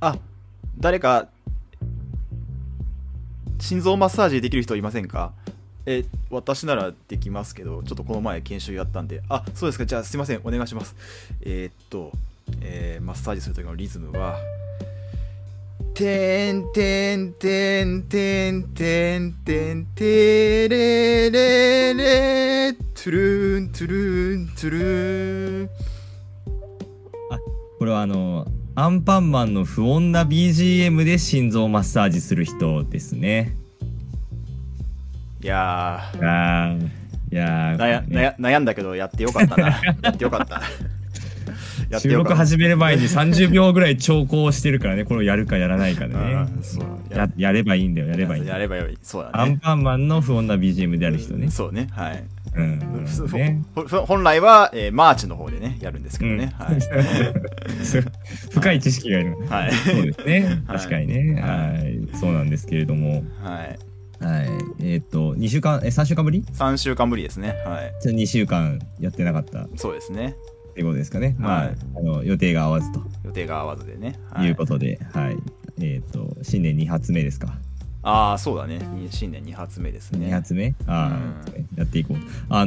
あ、誰か心臓マッサージできる人いませんか？私ならできますけど、ちょっとこの前研修やったんで。あ、そうですか。じゃあすいません、お願いします。マッサージする時のリズムは、てんてんてんてんてんてんてれれれ、トゥルントゥルントゥルン。 あ、これはアンパンマンの不穏な BGM で心臓マッサージする人ですね。 いや悩んだけどやってよかったな。やってよかった。 収録始める前に30秒ぐらい長考してるからね、これをやるかやらないかでね。やればいいんだよ、やればいい。 そうだね。 アンパンマンの不穏な BGM である人ね。 そうね、はい。 ね、 本来は、マーチの方でね、やるんですけどね。はい、 深い知識がいる。 はい。 そうですね。確かにね。はい。そうなんですけれども。 はい。 はい。2週間、3週間ぶり ?3 週間ぶりですね。はい。 2週間やってなかった。 そうですね。 っていうことですかね。まあ、予定が合わずと。 予定が合わずでね。 いうことで、はい。新年2発目ですか。 ああ、そうだね。新年2発目ですね。 2発目ああ、やっていこう。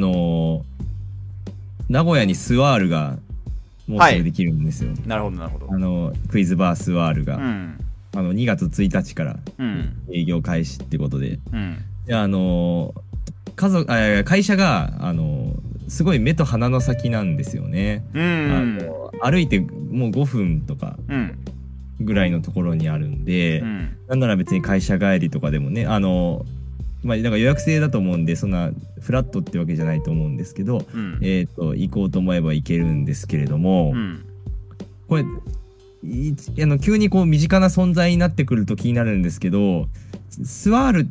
名古屋にスワールがもうすぐできるんですよ。 なるほど、なるほど。 クイズバースワールが。2月1日から営業開始ってことで、会社がすごい目と鼻の先なんですよね。歩いてもう5分とかぐらいのところにあるんで、なんなら別に会社帰りとかでもね、まあ、なんか予約制だと思うんで、そんなフラットってわけじゃないと思うんですけど、行こうと思えば行けるんですけれども、これ急にこう身近な存在になってくると気になるんですけど、スワールって、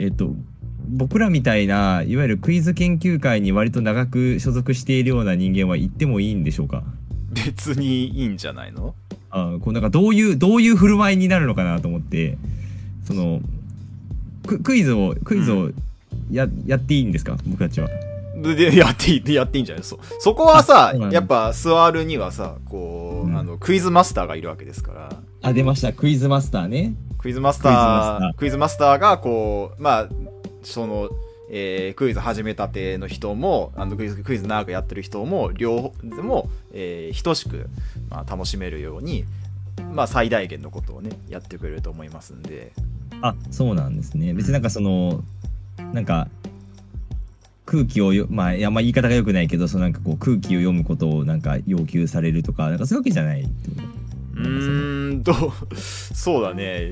僕らみたいないわゆるクイズ研究会に割と長く所属しているような人間は行ってもいいんでしょうか？ 別にいいんじゃないの？ こうなんかどういう振る舞いになるのかなと思って、そのクイズをやっていいんですか？僕たちは。 でやっていいんじゃない？そこはさ、やっぱスワールにはさ、こう、クイズマスターがいるわけですから。 あ、出ました。クイズマスターね。 クイズマスターがこう、まあその、クイズ始めたての人もクイズ長くやってる人も両方でも、等しく、まあ、楽しめるように、まあ、最大限のことをねやってくれると思いますんで。 あ、そうなんですね。別になんかなんか空気をまあ言い方が良くないけど、なんかこう空気を読むことをなんか要求されるとか、なんかそういうわけじゃないってこと？ そうだね。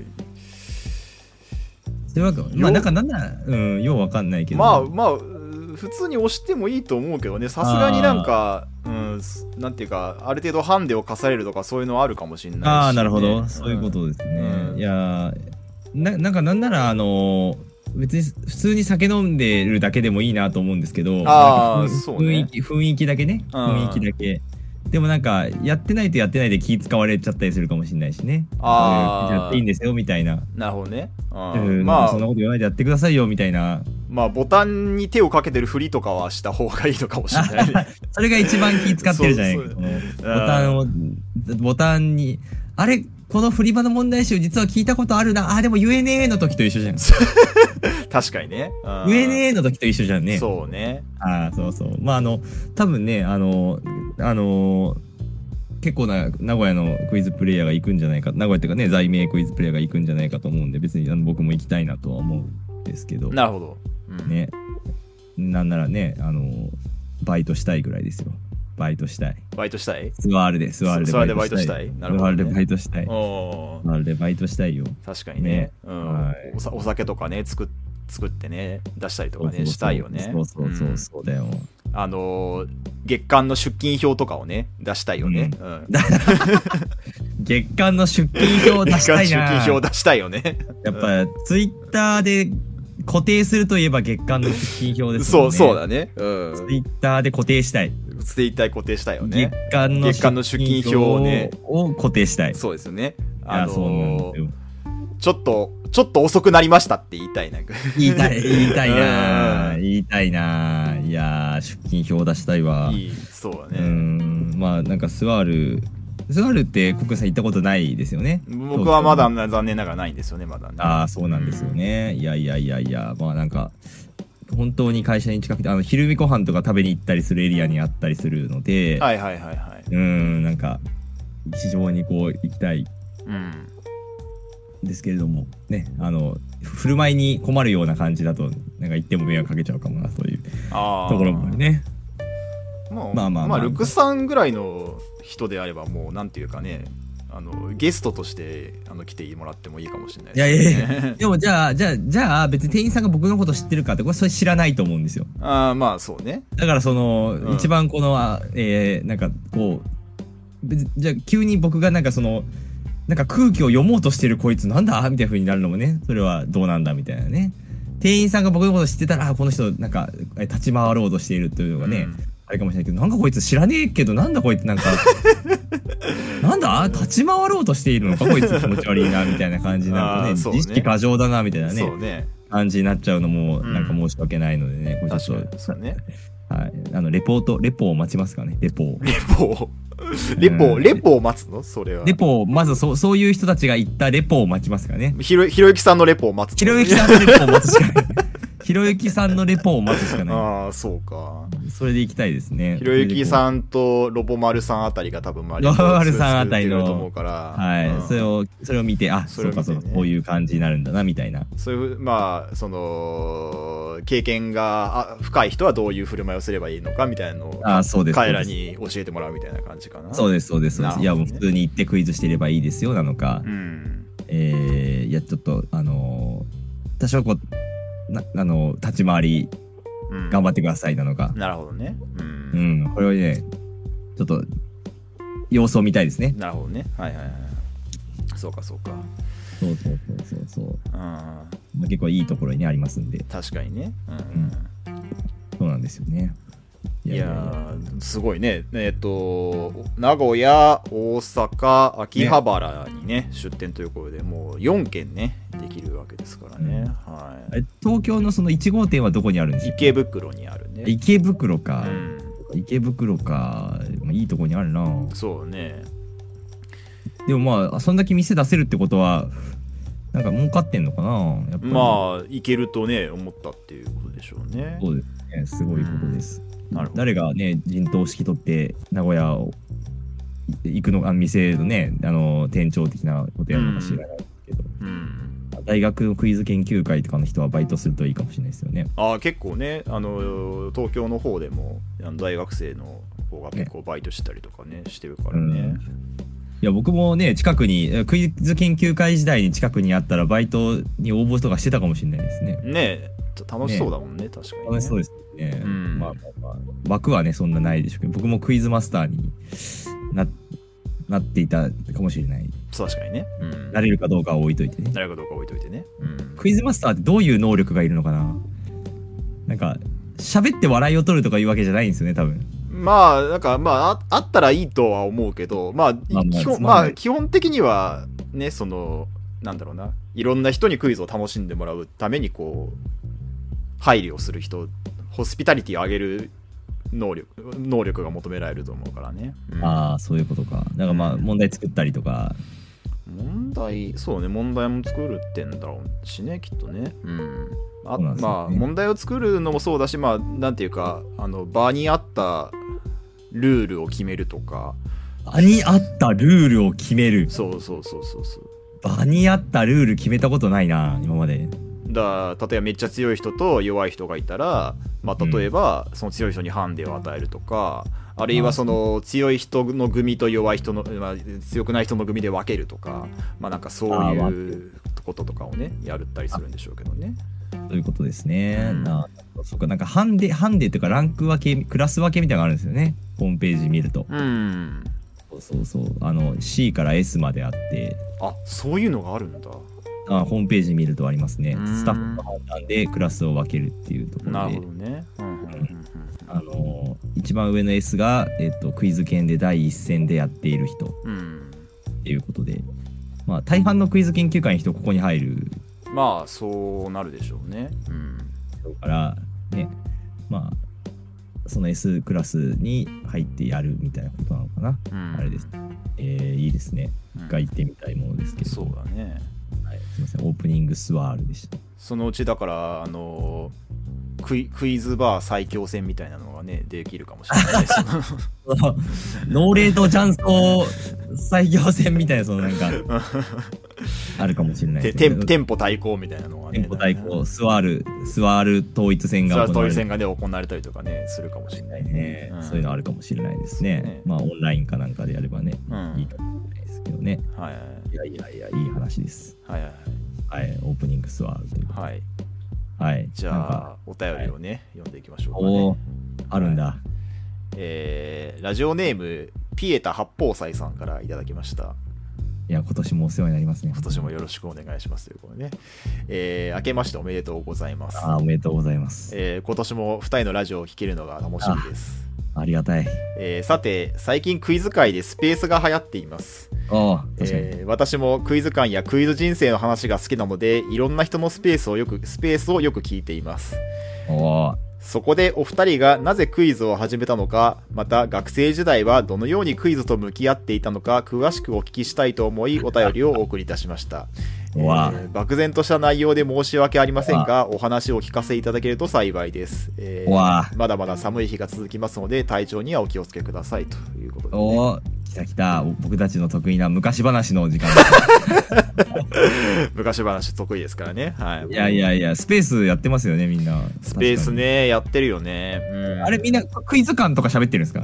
まあなんかなんならようわかんないけど、 まあ普通に押してもいいと思うけどね。さすがになんかなんていうか、ある程度ハンデを課されるとかそういうのはあるかもしれないし、ね。 ああ、なるほど、そういうことですね。いやなんかなんなら別に普通に酒飲んでるだけでもいいなと思うんですけど、雰囲気だけね、雰囲気だけ。でもなんかやってないとやってないで気使われちゃったりするかもしれないしね。やっていいんですよみたいな。 なるほどね。 まあそんなこと言わないでやってくださいよみたいな。 まあボタンに手をかけてるふりとかはした方がいいのかもしれない。 それが一番気使ってるじゃないか。ボタンにあれこの振り場の問題集実は聞いたことあるな。でも言えねえの時と一緒じゃん。 確かにね。 言えねえの時と一緒じゃんね。 そうね。 そうそう。まあ多分ね結構な名古屋のクイズプレイヤーが行くんじゃないか、名古屋っていうかね、在名クイズプレイヤーが行くんじゃないかと思うんで、別に僕も行きたいなとは思うんですけど。 なるほど。 ね。なんならね、バイトしたいぐらいですよ。バイトしたい。 スワールでバイトしたい。 なるほど、ね。スワールでバイトしたい。スワールでバイトしたいよ。 確かにね。お酒とかね、作ってね、出したりとかね、したいよね。 そうだよ。 月間の出勤表とかをね、出したいよね。 月間の出勤表出したいな。 月間出勤表出したいよね。 やっぱ、ツイッターで固定するといえば月間の出勤表ですよね。 そうだね。 ツイッターで固定したい。 ツイッター固定したいよね。 月間の出勤表をね、固定したい。 そうですよね。 そうなんですよ。 ちょっと遅くなりましたって言いたいな。 言いたいな。いやー、出勤表出したいわ。 そうだね。 まあなんかスワールスバルって国さん行ったことないですよね。 僕はまだ残念ながらないんですよね、まだね。 ああ、そうなんですよね。いやいやいやいや、まあなんか本当に会社に近くて昼見ご飯とか食べに行ったりするエリアにあったりするので、 はいはいはいはい。 なんか非常にこう行きたいですけれどもね、振る舞いに困るような感じだとなんか行っても迷惑かけちゃうかもなというところもあるね。 まあルクさんぐらいの人であればもうなんていうかね、ゲストとして来てもらってもいいかもしれないですね。いやいやでもじゃあ別に店員さんが僕のこと知ってるかってこれそれ知らないと思うんですよ。 まあそうね。 だから一番このなんかこうじゃあ急に僕がなんかなんか空気を読もうとしてるこいつなんだみたいな風になるのもね、それはどうなんだみたいなね。店員さんが僕のこと知ってたらこの人なんか立ち回ろうとしているというのがね、あれかもしれないけど、なんかこいつ知らねえけどなんだこいつなんかなんだ立ち回ろうとしているのかこいつ気持ち悪いなみたいな感じになるとね、自意識過剰だなみたいなね感じになっちゃうのもなんか申し訳ないのでね、これちょっとそうね。 はい、レポを待ちますかね。レポを待つの？それはレポをまずそういう人たちが言ったレポを待ちますかね。 ひろゆきさんのレポを待つ。 ひろゆきさんのレポを待つしかないひろゆきさんのレポを待つしかない。 ああ、そうか。 それで行きたいですね。 ひろゆきさんとロボマルさんあたりが多分ロボマルさんあたりのと思うから、 はい、それを見て、そうかそうこういう感じになるんだなみたいな。 そういうまあ経験が深い人はどういう振る舞いをすればいいのかみたいなのを彼らに教えてもらうみたいな感じかな。 そうです。いやもう普通に行ってクイズしてればいいですよなのか、いやちょっと多少こう立ち回り頑張ってくださいなのか。 なるほどね。 これをねちょっと様子を見たいですね。 なるほどね。はいはいはい。そうか。そう。 結構いいところにありますんで。 確かにね。 そうなんですよね。 いやすごいね。名古屋、大阪、秋葉原にね出店ということでもう4軒ねできるわけですからね。はい。 東京のその1号店はどこにあるんですか？ 池袋にあるね。 池袋か。池袋か。いいとこにあるな。 そうね。 でもまあそんだけ店出せるってことはなんか儲かってんのかな。やっぱりまあいけるとね思ったっていうことでしょうね。 そうですね。すごいことです。誰がね陣頭を指揮取って名古屋を行くの店のね店長的なことやるのか知らないですけど、大学のクイズ研究会とかの人はバイトするといいかもしれないですよね。 結構ね東京の方でも大学生の方が結構バイトしたりとかねしてるからね。 いや僕もね近くにクイズ研究会時代に近くにあったらバイトに応募とかしてたかもしれないですね。 ね楽しそうだもんね。確かにね。 楽しそうですね。まあ枠はねそんなないでしょうけど僕もクイズマスターになっていたかもしれない。 確かにね。 なれるかどうかは置いといてね。クイズマスターってどういう能力がいるのかな。なんか喋って笑いを取るとかいうわけじゃないんですよね多分。 まあなんかあったらいいとは思うけど基本的にはねなんだろうないろんな人にクイズを楽しんでもらうためにこう配慮をする人、ホスピタリティを上げる能力が求められると思うからね。 そういうことか。だから問題作ったりとか。 問題も作るってんだろうしねきっとね。問題を作るのもそうだしなんていうか場に合ったルールを決めるとか。 場に合ったルールを決める。 そう。 場に合ったルール決めたことないな今まで。 例えばめっちゃ強い人と弱い人がいたら、例えばその強い人にハンデを与えるとか、あるいはその強い人の組と弱い人の、強くない人の組で分けるとか、なんかそういうこととかをねやったりするんでしょうけどね。 そういうことですね。そうか、なんかハンデというかランク分けクラス分けみたいなのがあるんですよねホームページ見ると。そう C から S まであって。 そういうのがあるんだ。 ホームページ見るとありますね。スタッフの判断でクラスを分けるっていうところで。 なるほどね。 一番上の S が、クイズ研で第一線でやっている人っていうことで、大半のクイズ研究会の人ここに入る。 そうなるでしょうね。 だからねその S クラスに入ってやるみたいなことなのかな。あれです。 いいですね。一回行ってみたいものですけど。 そうだね。 はい、すみません、オープニングスワールでした。 そのうちだからクイズバー最強戦みたいなのがねできるかもしれないですノーレートチャンスと最強戦みたいな、そのなんかあるかもしれないですね。 テンポ対抗みたいなのがね、 テンポ対抗、スワール統一戦が行われたりとかねするかもしれないね、 そういうのあるかもしれないですね。まあオンラインかなんかでやればね、いいかもしれないですけどね。いやいい話です。はい、オープニングスワールということで。はい、 じゃあお便りをね、読んでいきましょうかね。 あるんだ。 ラジオネームピエタ八宝菜さんからいただきました。 いや、今年もお世話になりますね。 今年もよろしくお願いしますということでね。明けましておめでとうございます。 おめでとうございます。 今年も2人のラジオを聴けるのが楽しみです。 ありがたい。 さて、最近クイズ界でスペースが流行っています。私もクイズ館やクイズ人生の話が好きなので、いろんな人のスペースをよく聞いています。そこでお二人がなぜクイズを始めたのか、また学生時代はどのようにクイズと向き合っていたのか詳しくお聞きしたいと思いお便りをお送りいたしました。漠然とした内容で申し訳ありませんが、お話をお聞かせいただけると幸いです。まだまだ寒い日が続きますので体調にはお気をつけくださいということで、ね。 来た僕たちの得意な昔話の時間昔話得意ですからね。 いやスペースやってますよね、みんな。 スペースねやってるよね。 あれみんなクイズ感とか喋ってるんですか？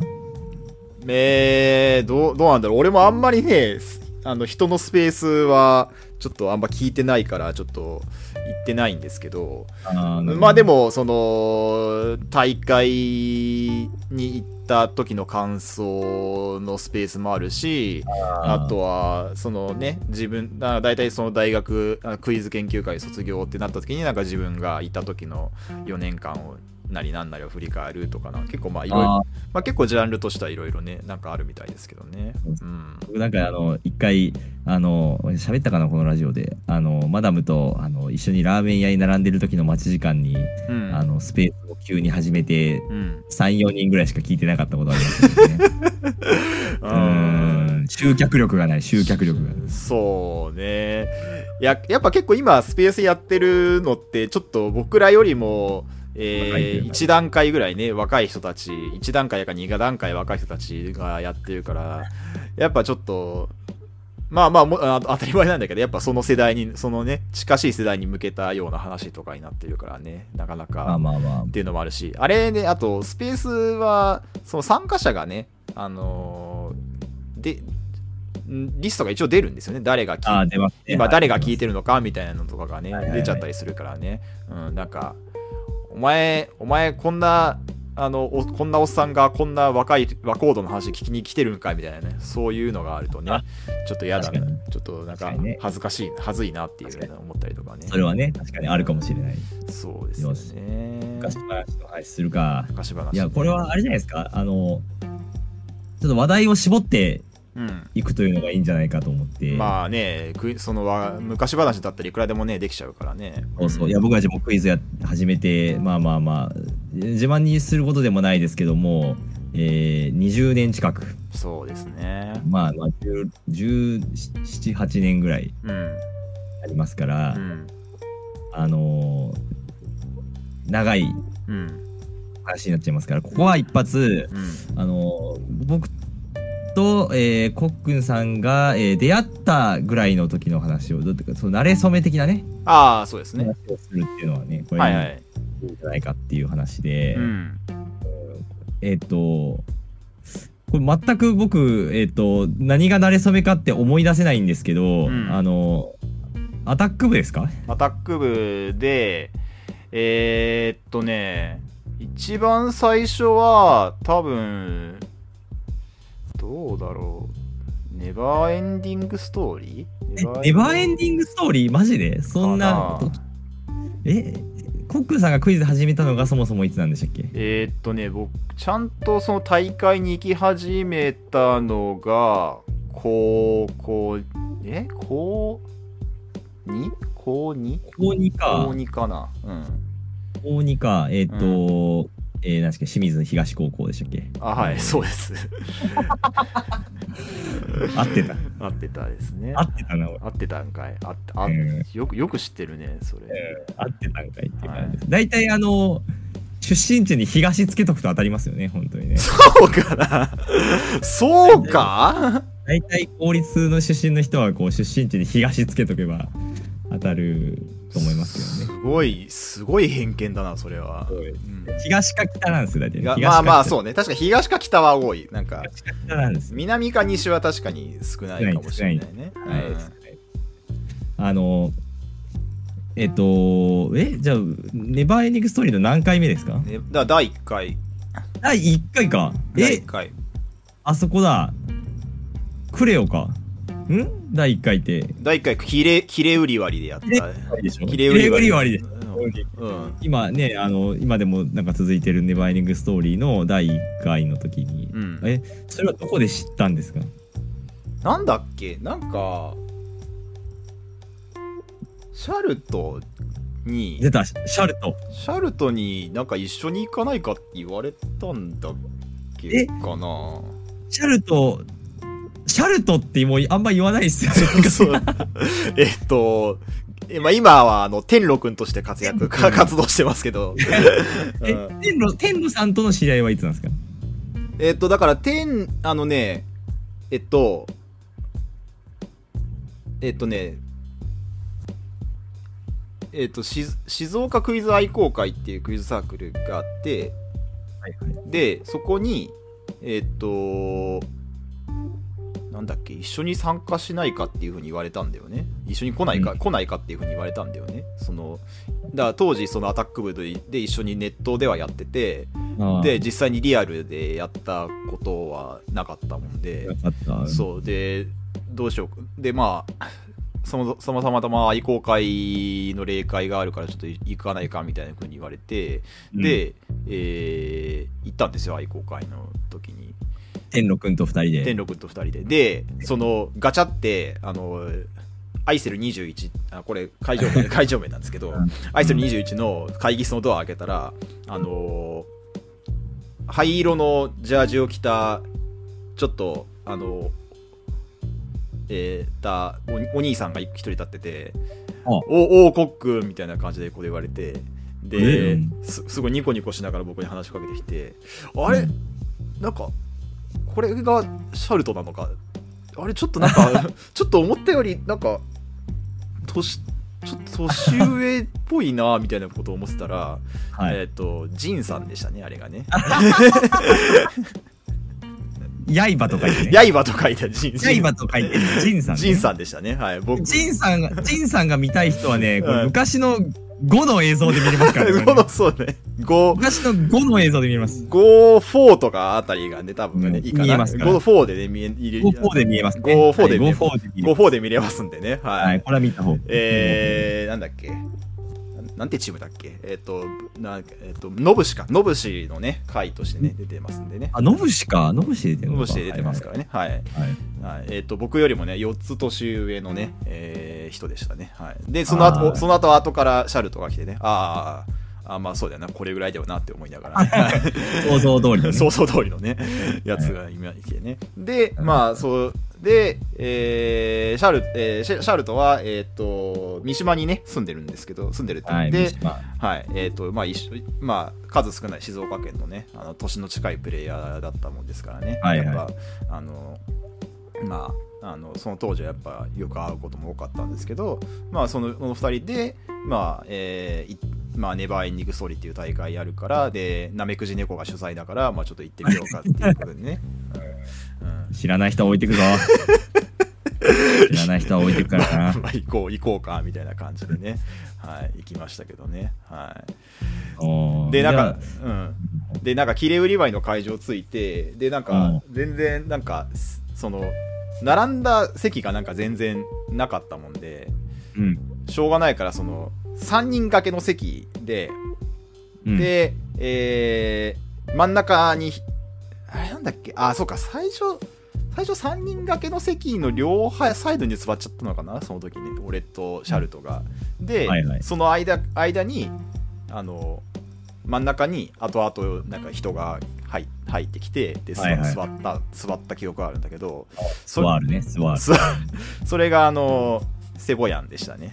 どうなんだろう。俺もあんまりね人のスペースはちょっとあんま聞いてないからちょっと言ってないんですけど、まあでもその大会に行った時の感想のスペースもあるし、あとはそのねだいたいその大学クイズ研究会卒業ってなった時になんか自分がいた時の4年間をなんなりを振り返るとかな、結構まあいろいろ結構ジャンルとしてはいろいろねなんかあるみたいですけどね。 僕なんか一回喋ったかな、このラジオでマダムと一緒にラーメン屋に並んでる時の待ち時間に、スペースを急に始めて、3、4人ぐらいしか聞いてなかったことありますけどね。集客力がない。 そうね。やっぱ結構今スペースやってるのってちょっと僕らよりも1段階ぐらいね若い人たち、1段階か2段階若い人たちがやってるから、やっぱちょっと当たり前なんだけど、やっぱその世代にそのね近しい世代に向けたような話とかになってるからね、なかなかっていうのもあるし、あれね、あとスペースはその参加者がねでリストが一応出るんですよね。今誰が聞いてるのかみたいなのとかがね出ちゃったりするからね。なんかお前こんなおっさんがこんな若人の話聞きに来てるんかみたいなね、そういうのがあるとねちょっと嫌だね。ちょっとなんか恥ずいなっていうふうに思ったりとかね。 それはね確かにあるかもしれない。 そうですね。 昔話の話するか。 昔話。 いやこれはあれじゃないですか。ちょっと話題を絞っていくというのがいいんじゃないかと思って。 まあね、その昔話だったりいくらでもねできちゃうからね。 そう。いや僕たちもクイズ始めてまあ自慢にすることでもないですけども、20年近く。 そうですね。 まあ17、8年ぐらいありますから、長い話になっちゃいますから、ここは一発、僕と、コックンさんが、出会ったぐらいの時の話を、その慣れ初め的なね、 そうですね。 話をするっていうのはね、これいいんじゃないかっていう話で、これ全く僕、何が慣れ初めかって思い出せないんですけど、アタック部ですか？ アタック部で、一番最初は多分どうだろう、ネバーエンディングストーリー？ ネバーエンディングストーリーマジでそんなコックさんがクイズ始めたのがそもそもいつなんでしたっけ？ 僕ちゃんとその大会に行き始めたのが高2 か。 高2かな。 高2か。 何ですか、清水東高校でしたっけ？ あ、はい、そうです。 合ってた。 合ってたですね。 合ってたな、 合ってたんかい。よく知ってるね、それ。 合ってたんかいっていう感じです。大体出身地に東つけとくと当たりますよね、本当にね。 そうかな。そうか。 大体公立の出身の人はこう出身地に東つけとけば当たると思いますけどね。すごい偏見だな、それは。 東か北なんですよ、大体。 まあまあ、そうね。確か東か北は多い。なんか、 東か北なんです。 南か西は確かに少ないかもしれないね。 じゃあ、ネバーエンディングストーリーの何回目ですか？ 第1回。 第1回か。 第1回。 あそこだ。クレオか。第1回って。 第1回、キレ売り割りでやった。 キレ売り割りで。今ね、今でもなんか続いてるネバーエンディングストーリーの第1回の時に、それはどこで知ったんですか？ なんだっけ？なんか、シャルトに出た。シャルトになんか一緒に行かないかって言われたんだっけかな。 シャルトってもうあんま言わないっすよね。 今は天路くんとして活動してますけど。 天路さんとの知り合いはいつなんですか？ だから静岡クイズ愛好会っていうクイズサークルがあって、でそこになんだっけ、一緒に参加しないかっていう風に言われたんだよね。一緒に来ないかっていう風に言われたんだよね。だから当時そのアタック部で一緒にネットではやってて、で実際にリアルでやったことはなかったもんで、そうでどうしよう。でまあそもそもたまたま愛好会の例会があるからちょっと行かないかみたいな風に言われて、で、行ったんですよ、愛好会の時に。 天禄くんと2 人で。で、そのガチャってアイセル21、これ会場名なんですけど、アイセル21の会議室のドア開けたら、灰色のジャージを着たちょっとお兄さんが一人立ってて、おコックみたいな感じでこう言われて、ですごいニコニコしながら僕に話しかけてきて、あれ、なんかこれがシャルトなのか、あれちょっとなんかちょっと思ったよりなんかちょっと年上っぽいなみたいなことを思ってたら、ジンさんでしたね、あれがね。 刃と書いてジンさん、 ジンさんでしたね。はい、 ジンさんが見たい人はね、これ昔の5の映像で見れますからね。 そうね。 昔の5の映像で見れます。 5、4とかあたりがね、多分ね、いいかな。 見えますから。 5、4でね、 5、4で見えますね。 5、4で見れますんでね。はい。 これは見た方。 なんだっけ。なんてチームだっけ、ノブシのね回としてね出てますんでね。 ノブシ出てますからね。はい。僕よりもね4つ年上のね、人でしたね。はい。でその後からシャルトが来てね、まあそうだよな、これぐらいだよなって思いながら、ね、 想像通りのねやつが今来てね。でまあそうで、シャルトは三島にね住んでるって言って、まあ数少ない静岡県のね年の近いプレイヤーだったもんですからね。やっぱその当時はやっぱよく会うことも多かったんですけど、まあその2人でネバーエンディングストーリーっていう大会やるから、でなめくじ猫が主催だから、まあちょっと行ってみようかっていうことでね。 知らない人は置いてくぞ。知らない人は置いてくからな。 行こうかみたいな感じでね、はい、行きましたけどね。はい。でなんか切れ売り場の会場ついて、でなんか全然なんかその並んだ席がなんか全然なかったもんで、しょうがないからその3人掛けの席で、で真ん中にあれなんだっけ、そうか、最初3人掛けの席の両サイドに座っちゃったのかな、その時に俺とシャルトが。で、その間に真ん中に後々なんか人が入ってきて、で座った記憶があるんだけど、 座るね、座る。 それがセボヤンでしたね。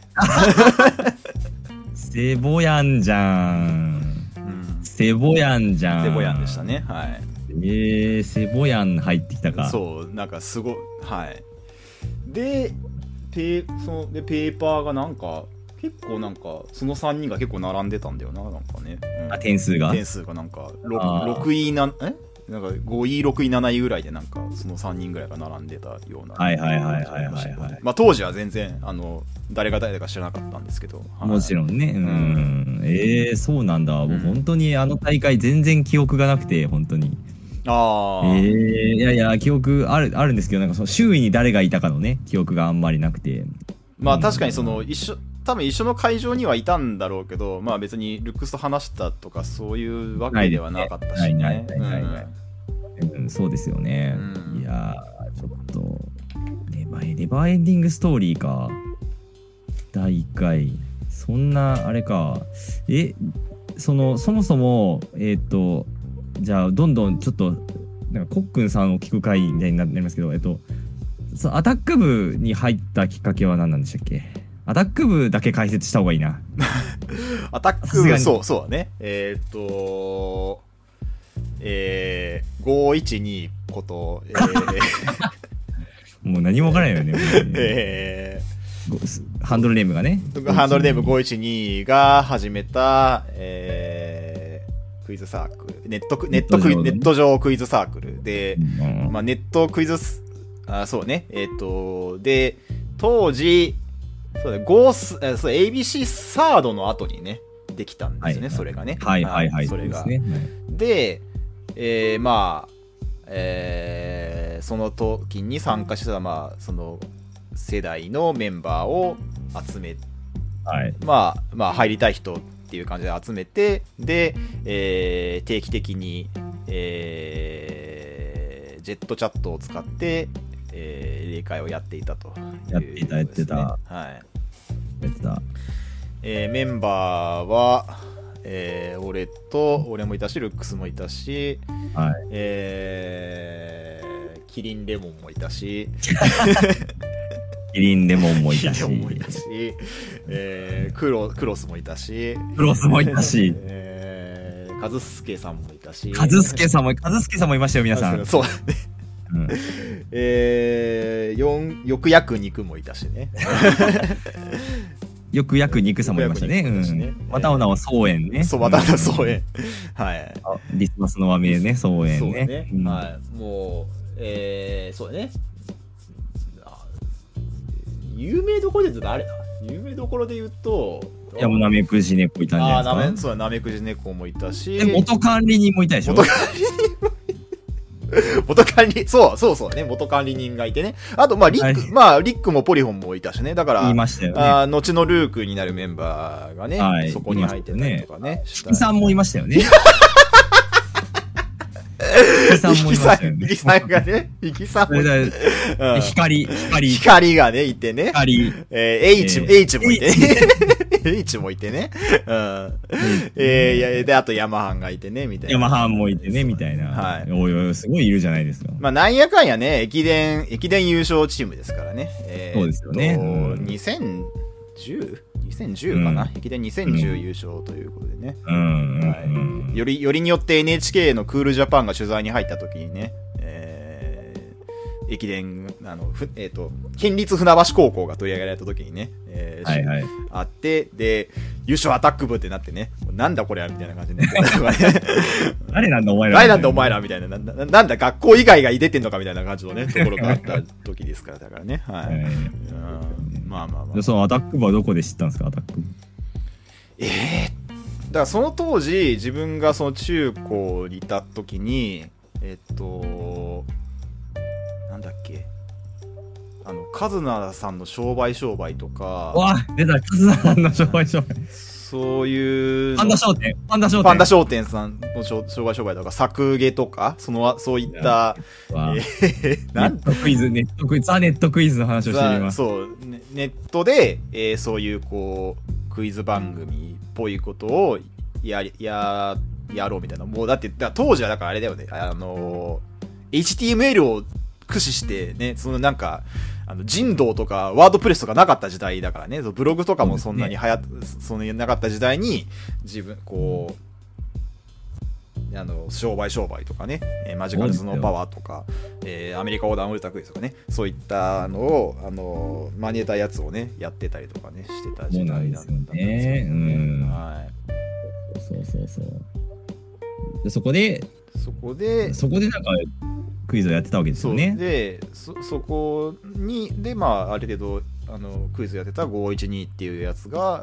セボヤンじゃん。セボヤンじゃん。 セボヤンでしたね。はい。 セボヤン入ってきたか。 そう、なんかすごい、はい。で、ペーパーがなんか、結構なんか、その3人が結構並んでたんだよな、なんかね。 点数がなんか、6位なんか5位、6位、7位ぐらいでなんか、その3人ぐらいが並んでたような。 はい。 まあ当時は全然、誰が誰だか知らなかったんですけど。 もちろんね。そうなんだ。もう本当にあの大会全然記憶がなくて、本当に。いや、記憶あるんですけど、なんかその周囲に誰がいたかのね、記憶があんまりなくて。 まあ確かに多分一緒の会場にはいたんだろうけど、まあ別にルックスと話したとかそういうわけではなかったしね。 そうですよね。いやー、ちょっと、ネバーエンディングストーリーか。第1回。そんな、あれか。そもそも、じゃあ、どんどんちょっと、なんかコックンさんを聞く回みたいになりますけど、アタック部に入ったきっかけは何なんでしたっけ？アタック部だけ解説した方がいいな。 アタック部、そうだね。512こと、 もう何もわからないよね。ハンドルネームがね。 ハンドルネーム512が始めた、クイズサークル。ネット上クイズサークルで、まあネットクイズ、そうね。で、当時、そうだ、ABC サードの後にね、できたんですよね、それがね。 はい。 それが。で、まあ、その時に参加してた、まあ、その世代のメンバーを集め、まあ、入りたい人っていう感じで集めて、で、定期的に、ジェットチャットを使って、例会をやっていたと、 やってた。 はい。 やってた。 メンバーは、俺もいたし、ルックスもいたし、キリンレモンもいたし、 キリンレモンもいたし、 クロスもいたし、カズスケさんもいたし、 カズスケさんもいましたよ、皆さん。 そうだね。よく焼く肉もいたしね。 よく焼く肉さんもいましたね。またおなは草園ね。 そう、またおなは草園。はい。 リスマスの和名ね、草園ね。そうね。 はい。もう、そうだね。有名どころで言うと誰だ？有名どころで言うと、 いや、もうナメクジ猫いたんじゃないですか。 そうだ、ナメクジ猫もいたし。 元管理人もいたでしょ。 元管理、そうね、元管理人がいてね。あと、まあ、リックもポリフォンもいたしね。だから、 言いましたよね。 後のルークになるメンバーがね、そこに入ってたりとかね。 イキさんもいましたよね。イキさんもいましたよね。 イキさんがね、イキさんも。光がね、いてね。H もいてね。H もいてね。で、あとヤマハンがいてね、みたいな。 ヤマハンもいてね、みたいな。はい。おい、すごいいるじゃないですか。 まあ、なんやかんやね、駅伝優勝チームですからね。 そうですよね。 2010かな、駅伝2010優勝ということでね。よりによって NHK のクールジャパンが取材に入った時にね、駅伝、県立船橋高校が取り上げられた時にね、あって、で、優勝アタック部ってなってね、なんだこれはみたいな感じになって誰なんだお前らみたいな、なんだ学校以外が出てんのかみたいな感じのね、ところがあった時ですから、だからね。はい。まあ。 そのアタック部はどこで知ったんですか、アタック部。 だからその当時、自分がその中高にいた時に、なんだっけ、カズナさんの商売とか。 わあ、出た、カズナさんの商売。 そういう。 パンダ商店さんの商売とか、作芸とか、そういった、 ネットクイズの話をしています。 そう、ネットで、そういう、こう、クイズ番組っぽいことをやろうみたいな。もうだって当時はだからあれだよね、HTML を駆使してね、そのなんか人道とかワードプレスとかなかった時代だからね、ブログとかもそんなにそんなになかった時代に、自分こう商売とかね、マジカルズのパワーとか、アメリカ横断ウルトラクイズとかね、そういったのを真似たやつをねやってたりとかねしてた時代だったんですよね。はい。 そこでなんかクイズをやってたわけですよね。 でそこにである程度クイズやってた512っていうやつが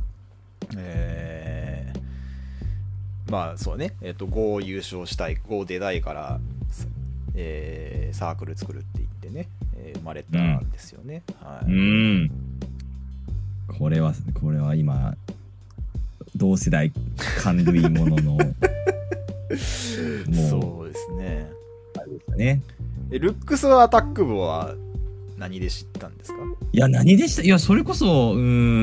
そうね、5優勝したい、5出たいから、サークル作るって言ってね、生まれたんですよね。はい。 これは今同世代感類もののもうそうですね。 あれですね。 ルックスアタック部は何で知ったんですか？ いや、何でした？いや、それこそ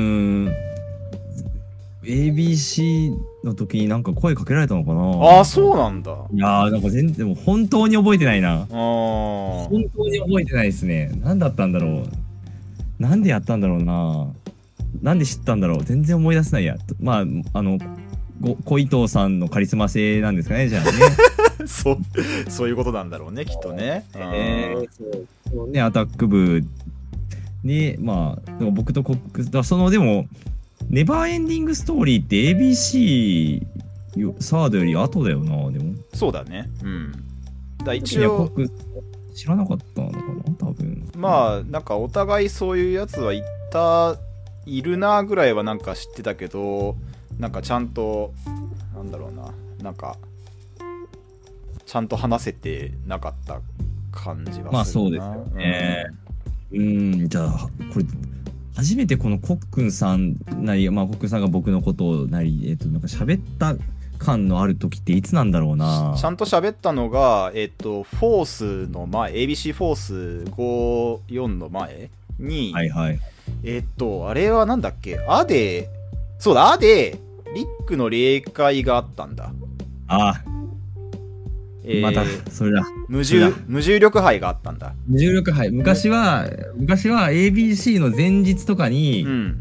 ABC の時になんか声かけられたのかな。 あ、そうなんだ。 いやー、なんかでも本当に覚えてないな。本当に覚えてないですね。何だったんだろう。なんでやったんだろうな。なんで知ったんだろう。全然思い出せないや。まあ小伊藤さんのカリスマ性なんですかね、じゃあね。 そういうことなんだろうね、きっとね。 そうね、アタック部に僕とコックスでもネバーエンディングストーリーって ABC サードより後だよな。でもそうだね。一応知らなかったのかな、多分。 なんかお互いそういうやつはいるなぐらいはなんか知ってたけど、なんかちゃんとなんだろうな、なんかちゃんと話せてなかった感じはするな。 そうですよね。じゃあこれ初めてこのコックンさんなり、コックンさんが僕のことをなり、なんか喋った感のある時っていつなんだろうな。 ちゃんと喋ったのが、フォースの前、ABC フォース54の前に、 はいはい。 あれはなんだっけ、そうだ、リックの霊界があったんだ。 またそれだ。 無重力杯があったんだ。 無重力杯。昔は ABC の前日とかに、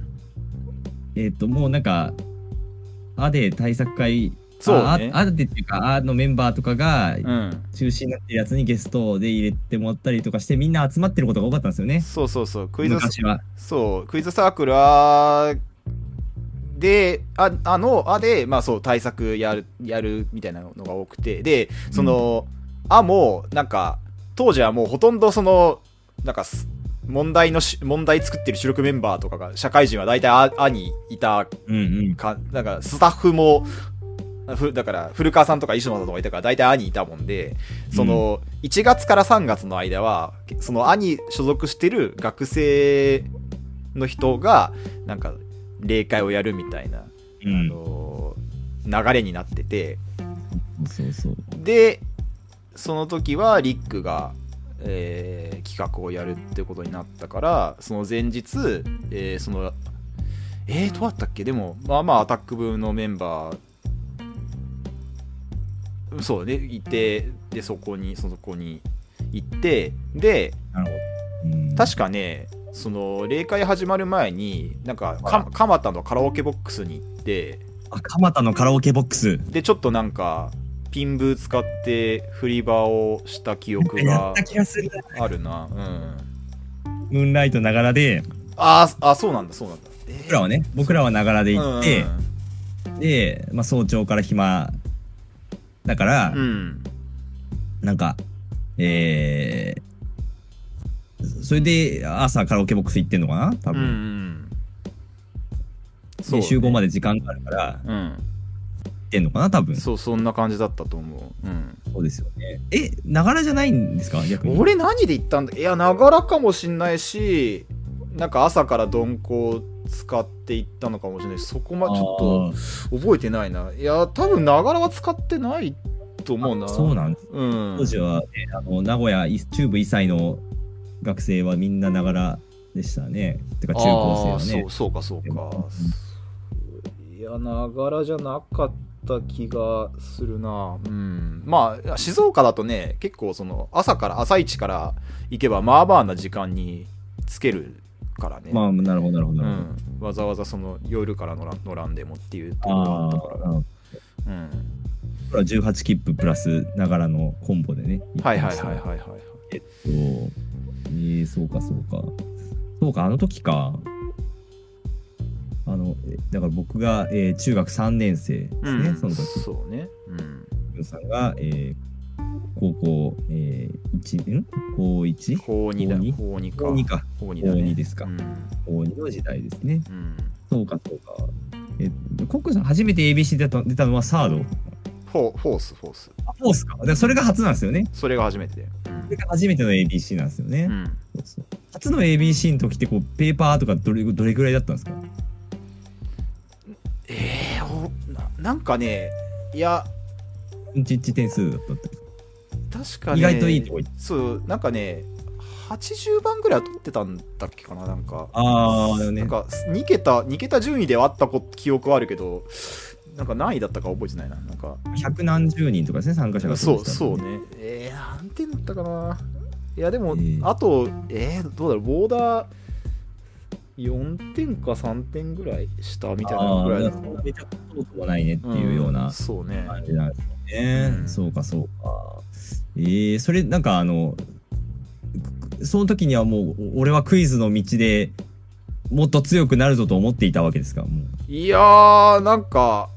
もうなんか対策会、 そうね、 っていうかメンバーとかが中心になってるやつにゲストで入れてもらったりとかして、みんな集まってることが多かったんですよね。 昔はクイズサークルで対策やるみたいなのが多くて、でもうなんか当時はもうほとんどなんか問題作ってる主力メンバーとかが、社会人は大体にいたなんかスタッフもだから古川さんとか石野さんとかいたから大体にいたもんで、1月から3月の間はに所属してる学生の人がなんか霊界をやるみたいな、流れになってて、でその時はリックが、企画をやるってことになったから、その前日、どうだったっけ、でもアタック部のメンバーそうねいて、でそこに行って、で確かね、霊界始まる前になんか蒲田のカラオケボックスに行って、 蒲田のカラオケボックスでちょっとなんかピンブー使って振り場をした記憶があるな。 ムーンライトながらで、 そうなんだ。 僕らはながらで行って、で、早朝から暇だから、なんかそれで朝カラオケボックス行ってんのかな、多分。そうね、集合まで時間があるから、行ってんのかな、多分。 そんな感じだったと思う。 そうですよね。ながらじゃないんですか、逆に。 俺何で行ったんだ。いや、ながらかもしんないし、なんか朝から鈍行使って行ったのかもしれないし、そこちょっと覚えてないな。いや、多分ながらは使ってないと思うな。 そうなんです。当時は、名古屋中部以西の学生はみんなながらでしたね。てか中高生はね。 そうか。いや、ながらじゃなかった気がするな。うん。まあ、静岡だとね、結構その、朝一から行けば、まあまあな時間につけるからね。 まあ、なるほど、なるほど。うん。 わざわざその、夜から乗らんでもっていうところがあったから。うん。 これは18切符プラスながらのコンボでね。 はいはいはいはいはい。 そうかそうか。そうか、あの時か。だから僕が、中学3年生ですね、その時。 そうね。 さんが、高校、高 1? 高2だ。高2か。 高2ですか。高2の時代ですね。そうかそうか。コックさん初めて ABC 出たのはサード？ フォース。フォースか。それが初なんですよね。 それが初めてで。 それが初めての ABC なんですよね。初の ABC の時ってこうペーパーとかどれぐらいだったんですか？ なんかね、いや、 点数だったって。 確かね、 意外といいとこそう、なんかね、80番ぐらいは取ってたんだっけかな、なんか。 ね。 なんか2桁順位ではあった記憶はあるけど、なんか何位だったか覚えてないな。なんか百何十人とかですね、参加者が。 そうね。何点だったかな。いや、でも、あと、どうだろう、ボーダー、4点か3点ぐらいしたみたいなぐらいだった。 めちゃくちゃことはないねっていうようなそうね。 感じなんですね。そうかそうか。それなんかその時にはもう俺はクイズの道でもっと強くなるぞと思っていたわけですか？もういやー、なんか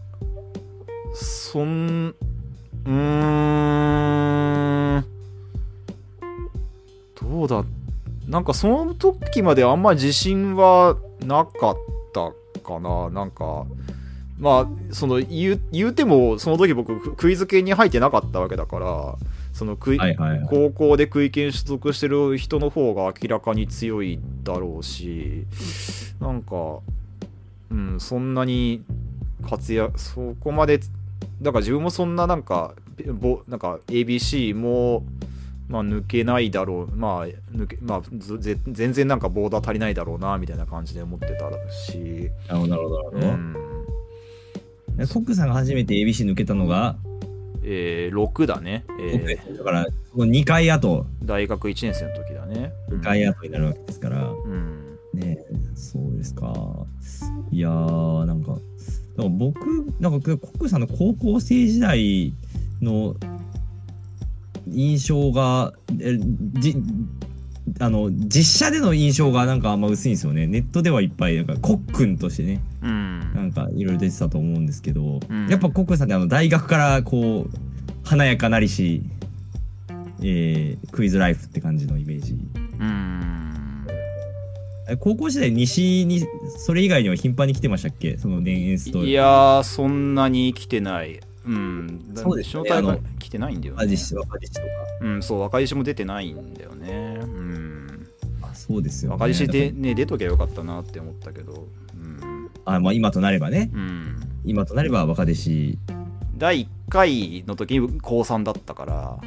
どうだ、なんかその時まであんまり自信はなかったかな。なんかまあその言うてもその時僕クイズ系に入ってなかったわけだから、その高校でクイ研取得してる人の方が明らかに強いだろうし、なんかそんなにそこまでだから自分もそんななんかABC もまあ抜けないだろう、全然なんかボーダー足りないだろうなみたいな感じで思ってたし。 なるほど。コックさんが初めて ABC 抜けたのが 6だね。 だからその2回後、 大学1年生の時だね。 2回後になるわけですから。ね、そうですか。いやー、なんか僕なんかコックさんの高校生時代の印象が実写での印象がなんかあんま薄いんですよね。ネットではいっぱいなんかコックンとしてね、なんかいろいろ出てたと思うんですけど、やっぱコックンさんって大学からこう華やかなりし、クイズライフって感じのイメージ。高校時代西にそれ以外には頻繁に来てましたっけ？その年エンスト。 いやー、そんなに来てない。 そうですね。 来てないんだよね。 若獅子とか。 そう、若獅子も出てないんだよね。 そうですよね。 若獅子でね、出ときゃよかったなって思ったけど。 まあ今となればね。今となれば若弟子。 第1回の時に高3だったから。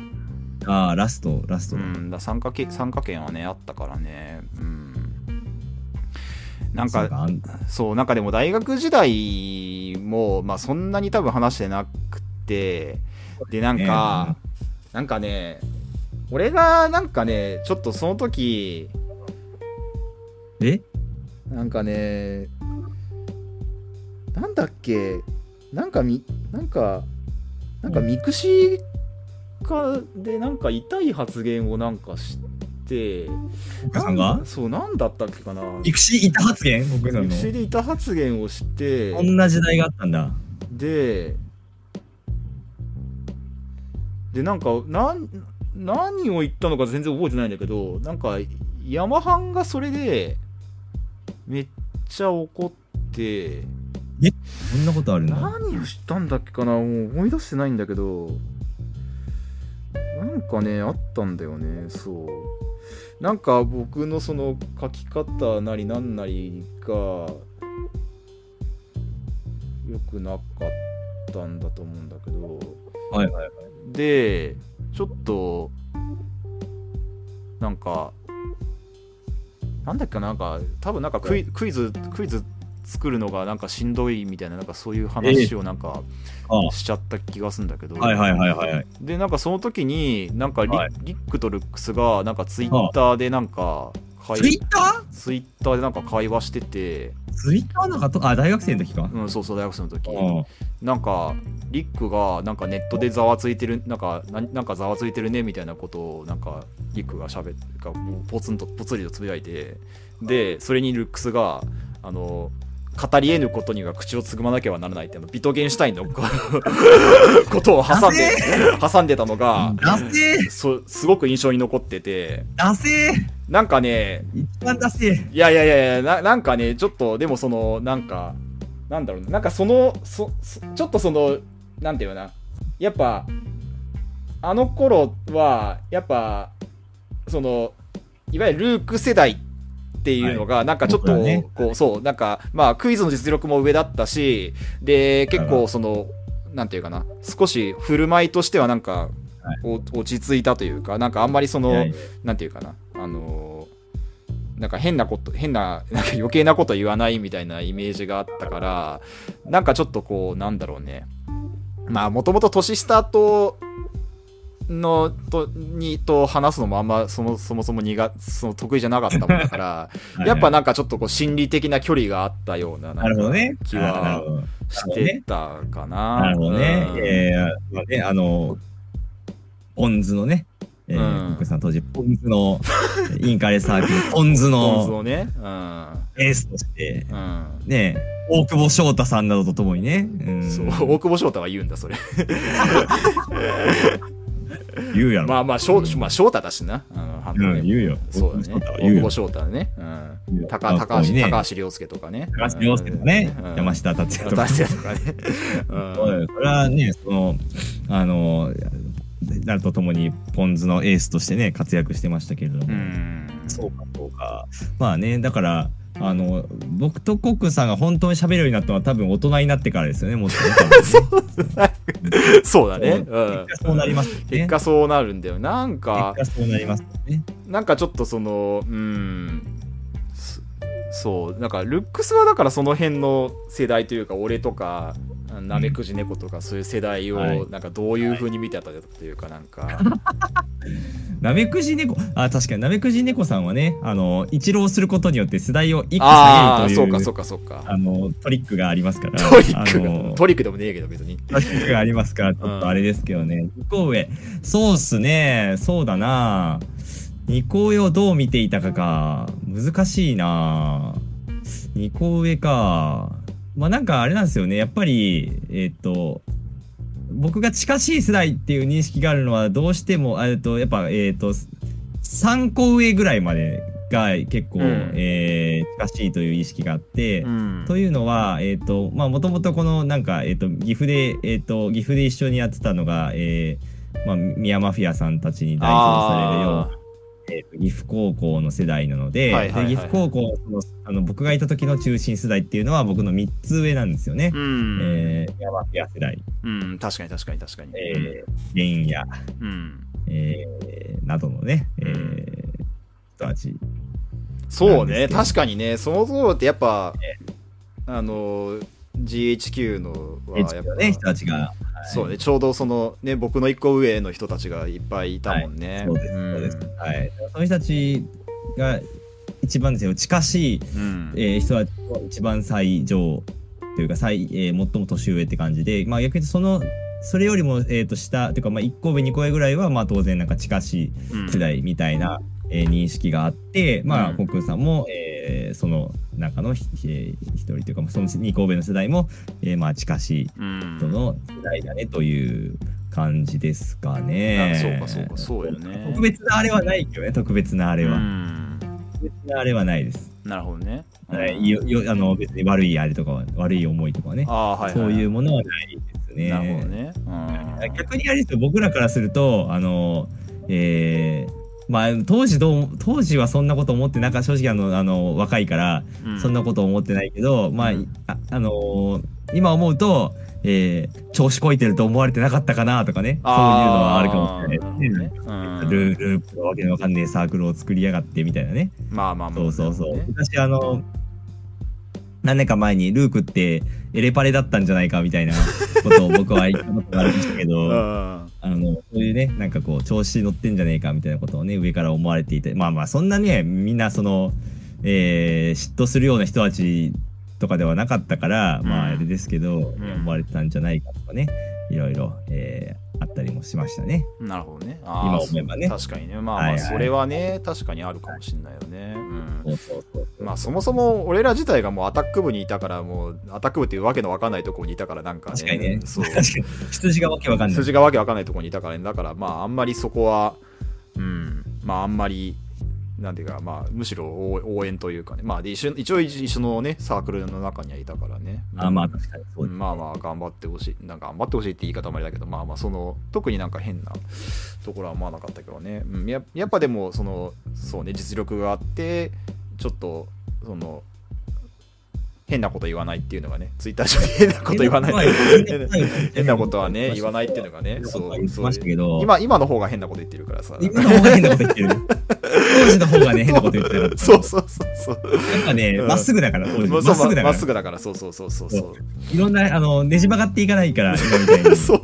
ラストだ。 参加権はね、あったからね。なんかでも大学時代も、まあそんなに多分話してなくて、で、なんかね、俺がなんかね、ちょっとその時、なんかね、なんだっけ、なんかミクシーかでなんか痛い発言をなんかして、 奥さんがそう、なんだったっけかな、 ミクシー痛発言、 ミクシーで痛発言をして、 こんな時代があったんだ。 でなんか何を言ったのか全然覚えてないんだけど、なんかヤマハンがそれでめっちゃ怒って、 そんなことあるんだ。 何をしたんだっけかな、もう思い出してないんだけど、なんかねあったんだよね。そう、なんか僕のその書き方なりなんなりが良くなかったんだと思うんだけど、でちょっとなんかなんだっけ、なんか多分なんかクイズ作るのがなんかしんどいみたいな、なんかそういう話をなんかしちゃった気がするんだけど、でなんかその時になんかリックとルックスがなんかツイッターでなんかツイッターでなんか会話してて、 ツイッターなんか大学生の時か、 そうそう大学生の時、なんかリックがなんかネットでざわついてる、なんかざわついてるねみたいなことをなんかリックがポツリとつぶやいて、でそれにルックスが語り得ぬことには口をつぐまなければならないってビトゲンシュタインのことを挟んでたのがすごく印象に残ってて、なんかね、 一番ダセー。 いやなんかね、ちょっとでもそのなんだろう、なんかちょっとそのなんていうな、やっぱあの頃はやっぱそのいわゆるルーク世代っていうのがなんかちょっとこう、そうなんかまあクイズの実力も上だったし、で結構そのなんていうかな、少し振る舞いとしてはなんか落ち着いたというか、なんかあんまりそのなんていうかな、なんかなんか余計なこと言わないみたいなイメージがあったから、なんかちょっとこうなんだろうね、まあもともと年下と話すのもあんまそもそも得意じゃなかったもんだからやっぱなんかちょっとこう心理的な距離があったようななんか気はしてたかな。 なるほどね。ポンズのね、僕さん当時ポンズのインカレサークルポンズのエースとしてね、大久保翔太さんなどとともにね、 そう大久保翔太は言うんだそれ言うやろ。 まあ翔太だしな。 言うよ。 そうだね。大久保翔太ね。高橋涼介とかね。 高橋涼介とかね。山下達也とかね。これはね、なるとともにポンズのエースとしてね活躍してましたけれども。そうか。まあね、だから僕とコックさんが本当に喋るようになったのは多分大人になってからですよね、もっとね。 そうだね。 結果そうなりますね。 結果そうなるんだよ。なんか結果そうなりますね。 なんかちょっとそのそうなんかルックスはだからその辺の世代というか、俺とかナメクジ猫とかそういう世代をなんかどういう風に見てたというか、なんかナメクジ猫、確かにナメクジ猫さんはね、一浪することによって世代を一個下げるというそうかトリックがありますから、 トリックでもねえけど別にトリックがありますから、ちょっとあれですけどね。2個上、そうっすね、そうだな、2個上をどう見ていたか難しいな。2個上か、まあなんかあれなんですよね、やっぱり僕が近しい世代っていう認識があるのはどうしてもやっぱ3個上ぐらいまでが結構、近しいという意識があって、というのはまあもともとこのなんか岐阜で一緒にやってたのがまあミヤマフィアさんたちに代表されるような岐阜高校の世代なので、岐阜高校の僕がいた時の中心世代っていうのは僕の3つ上なんですよね。山ピア世代。 確かに。 レンヤ、などのね、人たち。 そうね、確かにね、その頃ってやっぱ、GHQ のはやっぱね、人たちが。 そうね、ちょうどそのね、僕の一個上の人たちがいっぱいいたもんね。 そうです。はい。その人たちが一番ですよ、近しい、人たちの一番最上というか最も年上って感じで、まあ逆にそれよりも下というか、まあ1個上2個上ぐらいはまあ当然なんか近しい世代みたいな、認識があって、まあコックさんも、その中の一人というか、その2個上の世代も、まあ近しい人の世代だねという感じですかね。 そうよね。 特別なあれはないけどね、特別なあれは。特別なあれはないです。 なるほどね。 別に悪いあれとかは、悪い思いとかね、そういうものはないですね。 なるほどね。 逆にあれですよ、僕らからすると、まあ当時はそんなこと思ってなんか正直若いからそんなこと思ってないけど、まあ今思うと、調子こいてると思われてなかったかなとかね、そういうのはあるかもしれないですね。ループのわけのわかんねえサークルを作りやがってみたいなね。 まあそう。私何年か前にルークってエレパレだったんじゃないかみたいなことを僕は言ったことがありましたけど、そういうね、なんかこう、調子乗ってんじゃねえかみたいなことをね、上から思われていて、まあまあ、そんなね、みんなその、嫉妬するような人たちとかではなかったから、まああれですけど、思われてたんじゃないかとかね、いろいろ、あったりもしましたね。 なるほどね。 今思えばね。 確かにね。まあまあ、それはね、確かにあるかもしれないよね。まあ、そもそも俺ら自体がもうアタック部にいたから、もうアタック部っていうわけのわかんないところにいたから、なんかね。 確かにね。 そう。 確かに。羊がわけわかんない。 羊がわけわかんないところにいたからね。だから、まあ、あんまりそこは、まあ、あんまり、なんていうか、まあ、むしろ応援というかね、まあ、一応一緒のね、サークルの中にはいたからね。 まあ、確かにそうです、ね。 まあまあ、頑張ってほしい。なんか頑張ってほしいって言い方もあれだけど、まあまあ、特になんか変なところは思わなかったけどね。やっぱでも、そうね、実力があって、ちょっと、変なこと言わないっていうのがね、ツイッター上で変なこと言わない。変なことはね、言わないっていうのがね、今の方が変なこと言ってるからさ。 今の方が変なこと言ってる。当時の方がね、変なこと言ってる。 そう。やっぱね、まっすぐだから、当時。まっすぐだから、そう。 いろんな、ねじ曲がっていかないから、今みたいに。 そう。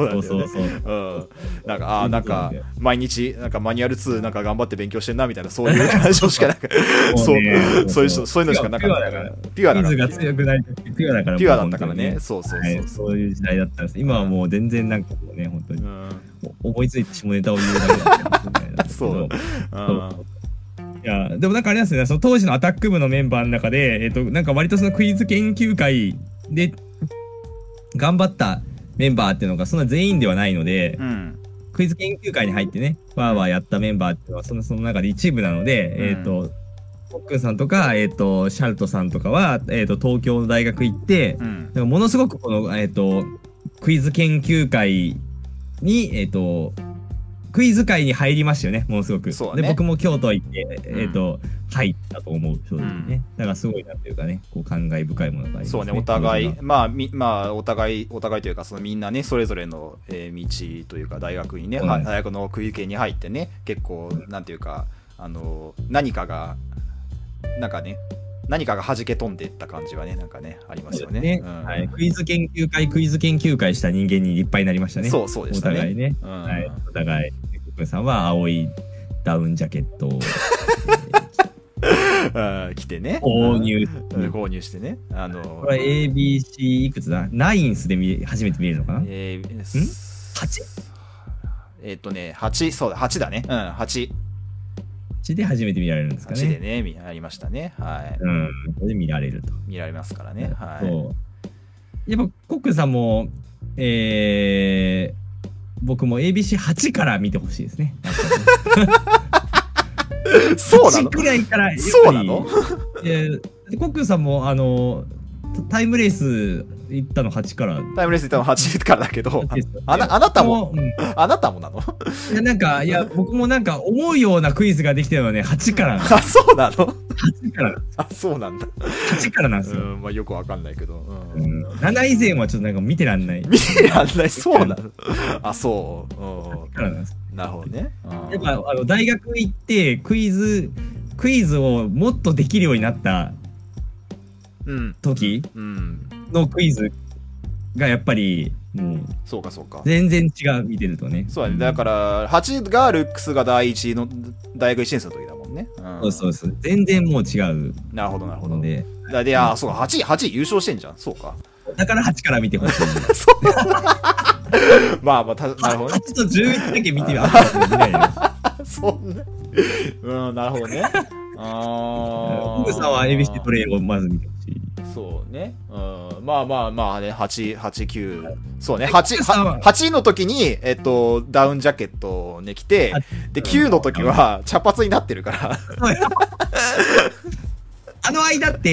なんか、毎日、なんかマニュアル2なんか頑張って勉強してんな、みたいな、そういう感情しかなく、そういうのしかなかったから。 ピュアだから。ピュアだから。 ピュアだったからね。そう。 そういう時代だったんです。今はもう全然なんかもうね、本当に。思いついて下ネタを言うだけだったんそう。いや、でもなんかあれなんですね、その当時のアタック部のメンバーの中で、なんか割とそのクイズ研究会で頑張ったメンバーっていうのがそんな全員ではないので、クイズ研究会に入ってね、ワーワーやったメンバーっていうのはその中で一部なので、コックンさんとか、シャルトさんとかは、東京の大学行って、ものすごくこの、クイズ研究会に、クイズ界に入りましたよね、ものすごく。で、僕も京都行って、入ったと思う、正直ね。だからすごいなっていうかね、こう感慨深いものがありますね。 そうね、お互い、お互いというか、みんなね、それぞれの、道というか、大学にね、大学のクイズ系に入ってね、結構、なんていうか、何かが弾け飛んでいった感じはね、なんかね、ありますよね。 クイズ研究会した人間に立派になりましたね。 そうでしたね。 お互いね。お互い。コックンさんは青いダウンジャケットを着てね。 購入してね。 これ ABC いくつだ？ナインスで初めて見れるのかな？8？ そうだ、8だね。8。 で初めて見られるんですかね。 8でね、ありましたね。はい。 これで見られると。 見られますからね。はい。 やっぱコックンさんも、僕も ABC8 から見てほしいですね。 そうなの？ 8 くらいから。 そうなの？ コックンさんもタイムレース行ったの8から。 タイムレース行ったの8からだけど、あなたもなの？ いや、僕もなんか思うようなクイズができてるのはね、8からなんです。 あ、そうなの？ 8から。 あ、そうなんだ。 8からなんですよ。 まあよくわかんないけど。 7以前はちょっとなんか見てらんない。 そうなの？あ、そう。 8からなんです。 なるほどね。 やっぱ大学行ってクイズをもっとできるようになった時のクイズがやっぱりもうそうか全然違う、見てるとね。 そうだね。だから8がルックスが大学1年生の時だもんね。 そう全然もう違う。 なるほどでそうか、8優勝してんじゃん。そうか、 だから8から見てほしい。 まあなるほどね。 8と11だけ見てみないそんななるほどね。 コグさんは ABC トレイをまず見てほしい。 そうね。まあね、8、9。そうね。8の時に、ダウンジャケットをね、着て、で、9の時は茶髪になってるから。 あの間って、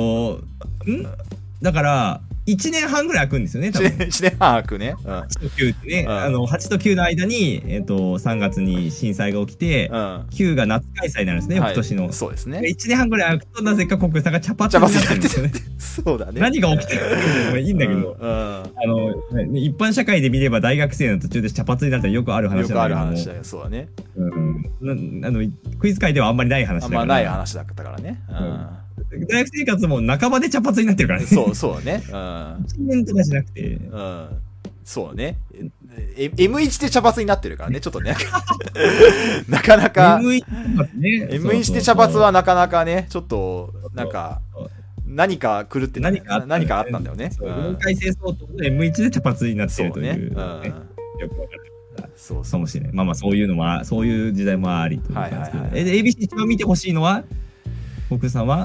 だから、1年半ぐらい空くんですよね、多分。 1年半空くね。 8と9ってね、8と9の間に、3月に震災が起きて、9が夏開催になるんですね、翌年の。 そうですね。 1年半ぐらい空くと、なぜかコックさんが茶髪になってるんですよね。 そうだね。 何が起きてるのかいいんだけど、一般社会で見れば大学生の途中で茶髪になったらよくある話だけど。よくある話だよ、そうだね。クイズ界ではあんまりない話だから。 あんまない話だったからね。 大学生活も半ばで茶髪になってるからね。 そうね。 1年とかじゃなくて。 そうね。M1 で茶髪になってるからね、ちょっとね。なかなか。M1 で茶髪はなかなかね、ちょっと、なんか、何か狂って何かあったんだよね。 4回生相当で M1 で茶髪になってるという。よくわかる。そうかもしれない。まあそういうのも、そういう時代もありという感じですけど。ABC 一番見てほしいのは、僕さんは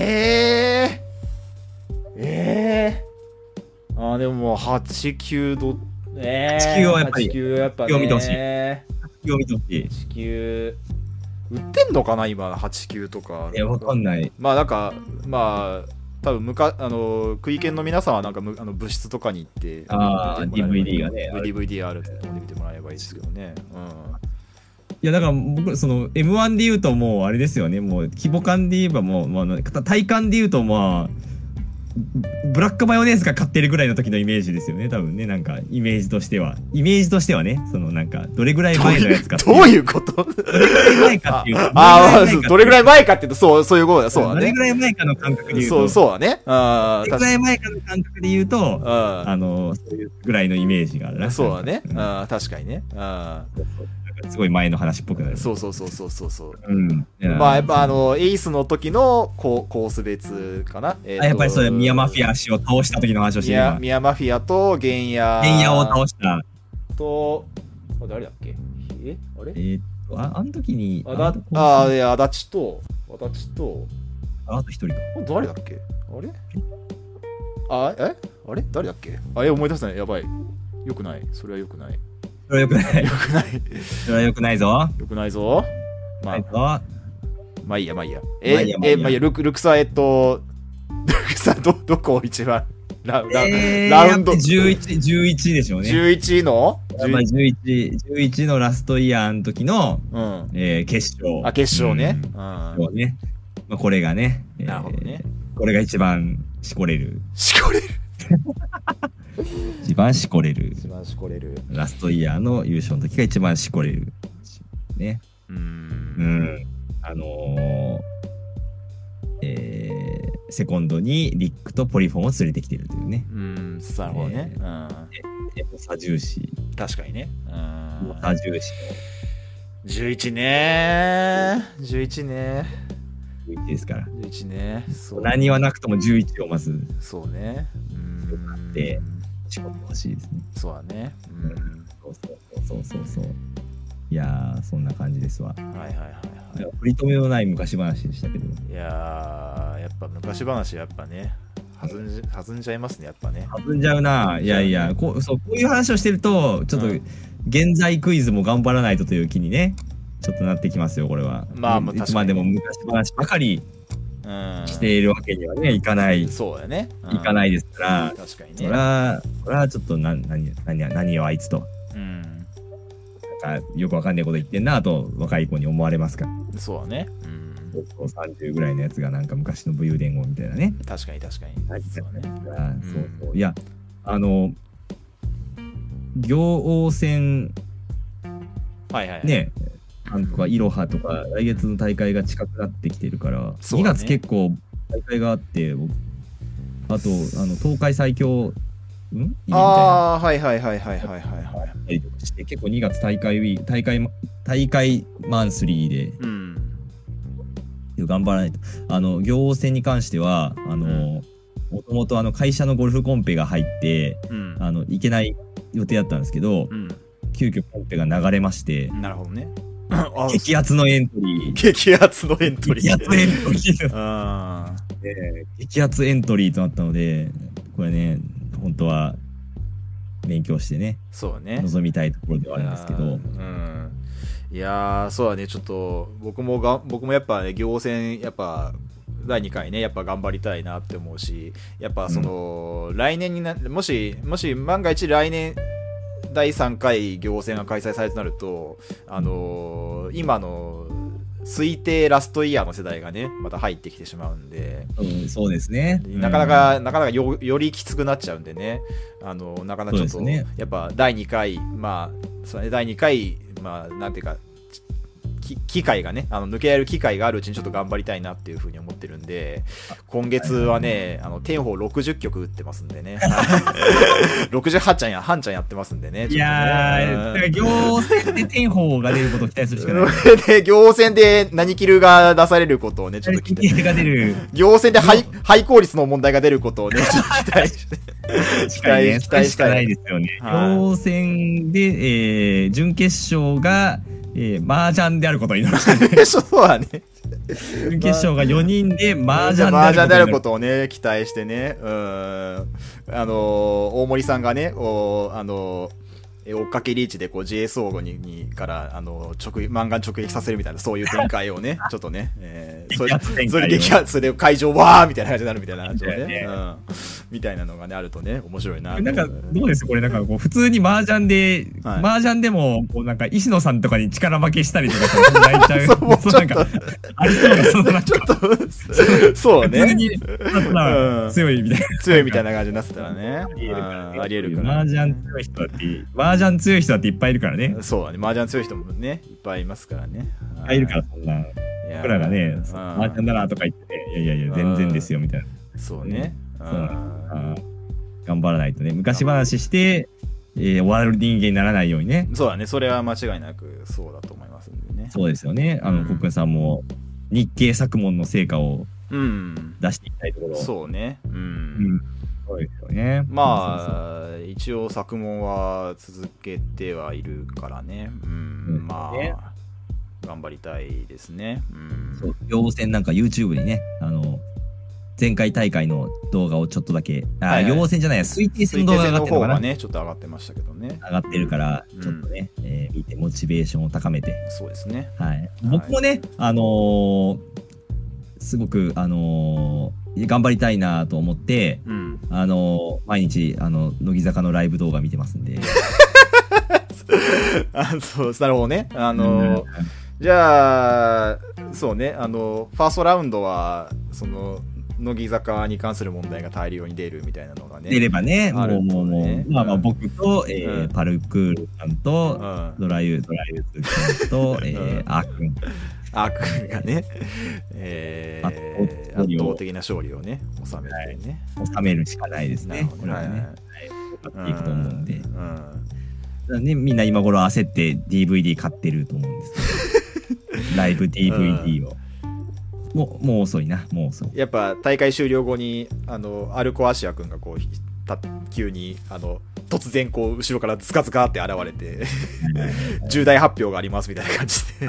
でももう8、9度。 8、9はやっぱり。 8、9やっぱね。 8見てほしい。8、9見てほしい。 8、9。売ってんのかな今、8、9とか。 わかんない。 まあなんか、まあ、多分クイケンの皆さんはなんか部室とかに行って、 DVD がね。 DVD あるって見てもらえばいいですけどね。 いやだから僕M1 で言うともうあれですよね。もう規模感で言えばもう、体感で言うとまあブラックマヨネーズが買ってるぐらいの時のイメージですよね、多分ね。なんかイメージとしてはね、そのなんかどれぐらい前のやつかっていう。 どういうこと？どれぐらい前かっていう。 どれぐらい前かっていうとそういうことだ。そうだね。 どれぐらい前かの感覚で言うと。 そうだね。 どれぐらい前かの感覚で言うと、そういうぐらいのイメージがあるな。 そうだね。確かにね。 すごい前の話っぽくなる。 そう。まあやっぱエイスの時のコース別かな。 やっぱりそれミヤマフィア氏を倒した時の話をしてる。 ミヤマフィアとゲンヤを倒したと誰だっけ？あれ？ あの時に足立とあと一人か。 誰だっけ？あれ誰だっけ？思い出せない。やばい。よくない。それはよくない。 それはよくない。それはよくないぞ。まあいいや。ルクサどこ一番ラウンド 11でしょうね。 11の 11のラストイヤーの時の決勝。 決勝ね。 これがね。 なるほどね。 これが一番しこれる。一番しこれる。ラストイヤーの優勝の時が一番しこれる。ね。セコンドにリックとポリフォンを連れてきてるというね。 なるほどね。 差重視。 確かにね。 差重視。 11ね。11 ですから。 11ね。 何はなくとも11をまず。 そうね。 で、仕込んでほしいですね。 そうだね。 そう。いやー、そんな感じですわ。取り留めのない昔話でしたけど。 いやー、やっぱ昔話やっぱね、弾んじゃいますね、やっぱね。 弾んじゃうな。いや、こういう話をしてると、ちょっと、現在クイズも頑張らないとという気にね、ちょっとなってきますよ、これは。いつまでも昔話ばかりしているわけにはね、いかない。 そうだね。 いかないですから。 確かにね。 それはちょっと何よあいつと。なんかよくわかんないこと言ってんなと若い子に思われますから。 そうだね。 30ぐらいのやつがなんか昔の武勇伝言みたいなね。 確かに。そう。 いや、行王戦ね、なんとかイロハとか来月の大会が近くなってきてるから、2月結構大会があって、あと東海最強はい結構2月大会マンスリーで、頑張らないと。行王戦に関してはもともと会社のゴルフコンペが入って、行けない予定だったんですけど、急遽コンペが流れまして。 なるほどね。 激アツのエントリー。 激アツエントリーとなったので、これね、本当は勉強してね、臨みたいところではあるんですけど。 いやー、そうだね、ちょっと僕もやっぱね、行戦やっぱ第2回ね、やっぱ頑張りたいなって思うし、やっぱ来年にもし万が一来年第3回行戦が開催されるとなると、今の推定ラストイヤーの世代がねまた入ってきてしまうんで、 そうですね。 なかなかよりきつくなっちゃうんでね、なかなかちょっと、やっぱ第2回第2回なんていうか機会がね、抜けられる機会があるうちにちょっと頑張りたいなっていうふうに思ってるんで、今月はね、天宝60曲打ってますんでね。68ちゃんや、半ちゃんやってますんでね。 いやー、行戦で天宝が出ることを期待するしかない。 で、行戦で何キルが出されることをね、ちょっと期待。行戦で廃効率の問題が出ることをね、ちょっと期待して。 期待したい。ないですよね。行戦で、準決勝が、麻雀であることになる。 そうだね。 準決勝が4人で麻雀であることをね、期待してね。大森さんがね、追っかけリーチでこう JSO にから漫画直撃させるみたいな、そういう展開をね、ちょっとね、それ激アツで会場わーみたいな感じになるみたいな感じでね、みたいなのがねあるとね面白いな。 なんかどうですこれ、なんかこう普通に麻雀で、麻雀でもこうなんか石野さんとかに力負けしたりとか泣いちゃう。そうなんかありそうな、そのなんかちょっとそうね。普通に強いみたいな感じになってたらね、ありえるから。 麻雀強い人だって麻雀強い人だっていっぱいいるからね。 そうだね。麻雀強い人もね、いっぱいいますからね。 いっぱいいるから、そんな。僕らがね、麻雀だなとか言って、いや、全然ですよ、みたいな。 そうね。 頑張らないとね。昔話して、終わる人間にならないようにね。 そうだね。それは間違いなくそうだと思いますんでね。 そうですよね。コックンさんも、日経作文の成果を出していきたいところ。 そうね。 そうですよね。 まあ一応作問は続けてはいるからね。まあ頑張りたいですね。 行戦なんか YouTube にね、前回大会の動画をちょっとだけ、行戦じゃないや、推定戦の動画が上がってるのかな。 ね、ちょっと上がってましたけどね。 上がってるから、ちょっとね、見てモチベーションを高めて。 そうですね。 はい。僕もね、すごく頑張りたいなと思って、毎日乃木坂のライブ動画見てますんで。 そうなるほどね。じゃあそうね、ファーストラウンドはその乃木坂に関する問題が大量に出るみたいなのがね、 出ればね、もうまあ僕とパルクールさんとドラユズ君とアー君がね、圧倒的な勝利をね収めてね、 収めるしかないですね。これはね、勝っていくと思うんで、みんな今頃焦って DVD 買ってると思うんですけど、ライブ DVD を。もう遅いな、もう遅い。 やっぱ大会終了後にアルコアシア君がこう急に突然こう後ろからズカズカって現れて重大発表がありますみたいな感じで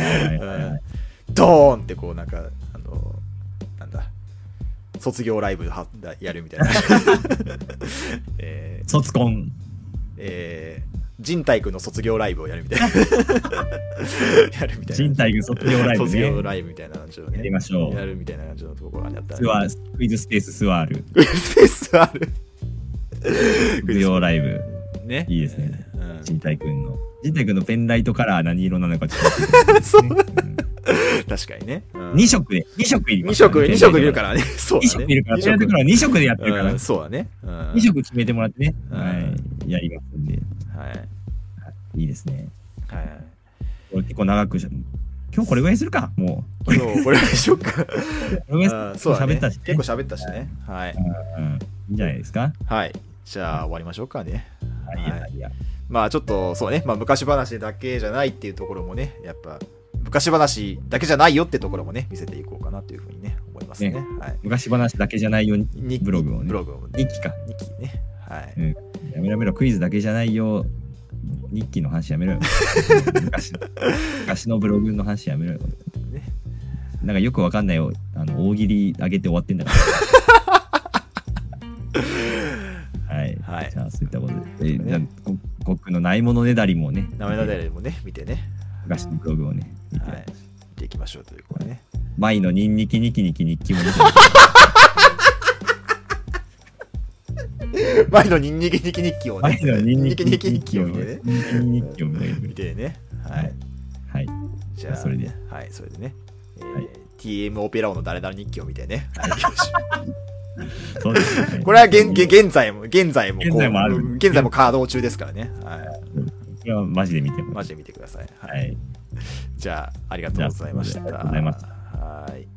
ドーンってこうなんかなんだ卒業ライブやるみたいな卒コン人体君の卒業ライブをやるみたいなやるみたいな人体君卒業ライブね、 卒業ライブみたいな感じをねやりましょう。 やるみたいな感じのところがやったらクイズスペーススワールクイズスペーススワール卒業ライブね、 いいですね。人体君のペンライトカラー何色なのかちょっとそう確かにね。 2色いる。 2色いるからね。そうだね。 2色いるから。2色でやってるから。 そうだね。 2色決めてもらってね。はい。やりますんで。はい。いいですね。はい。これ結構長く今日これぐらいするか、もう。今日これぐらいしよっか。 そう喋ったし。 結構喋ったしね。はい。いいんじゃないですか。 はい。じゃあ終わりましょうかね。 はい。 まあちょっとそうね、まあ昔話だけじゃないっていうところもね、やっぱ昔話だけじゃないよってところもね見せていこうかなというふうにね思いますね。はい、 昔話だけじゃないよブログをね。日記ね。はい。 やめろクイズだけじゃないよ日記の話やめろよ。昔のブログの話やめろよ。なんかよくわかんないよ大喜利上げて終わってんだから。はい。じゃあそういったことで、じゃあ僕のないものねだりもね。 ないものねだりもね見てね。 昔のブログをね見ていきましょうということね。 舞のニンニキニキニキ日記も見て。 舞のニンニキニキ日記をね。 舞のニンニキニキ日記をね。見てね。はい。じゃあそれでね。TM オペラ王の誰々日記を見てね。 そうですね。 これは現在もカード中ですからね。はい。 これはマジで見てマジで見てください。 はい。 じゃあありがとうございました。 ありがとうございます。 はい。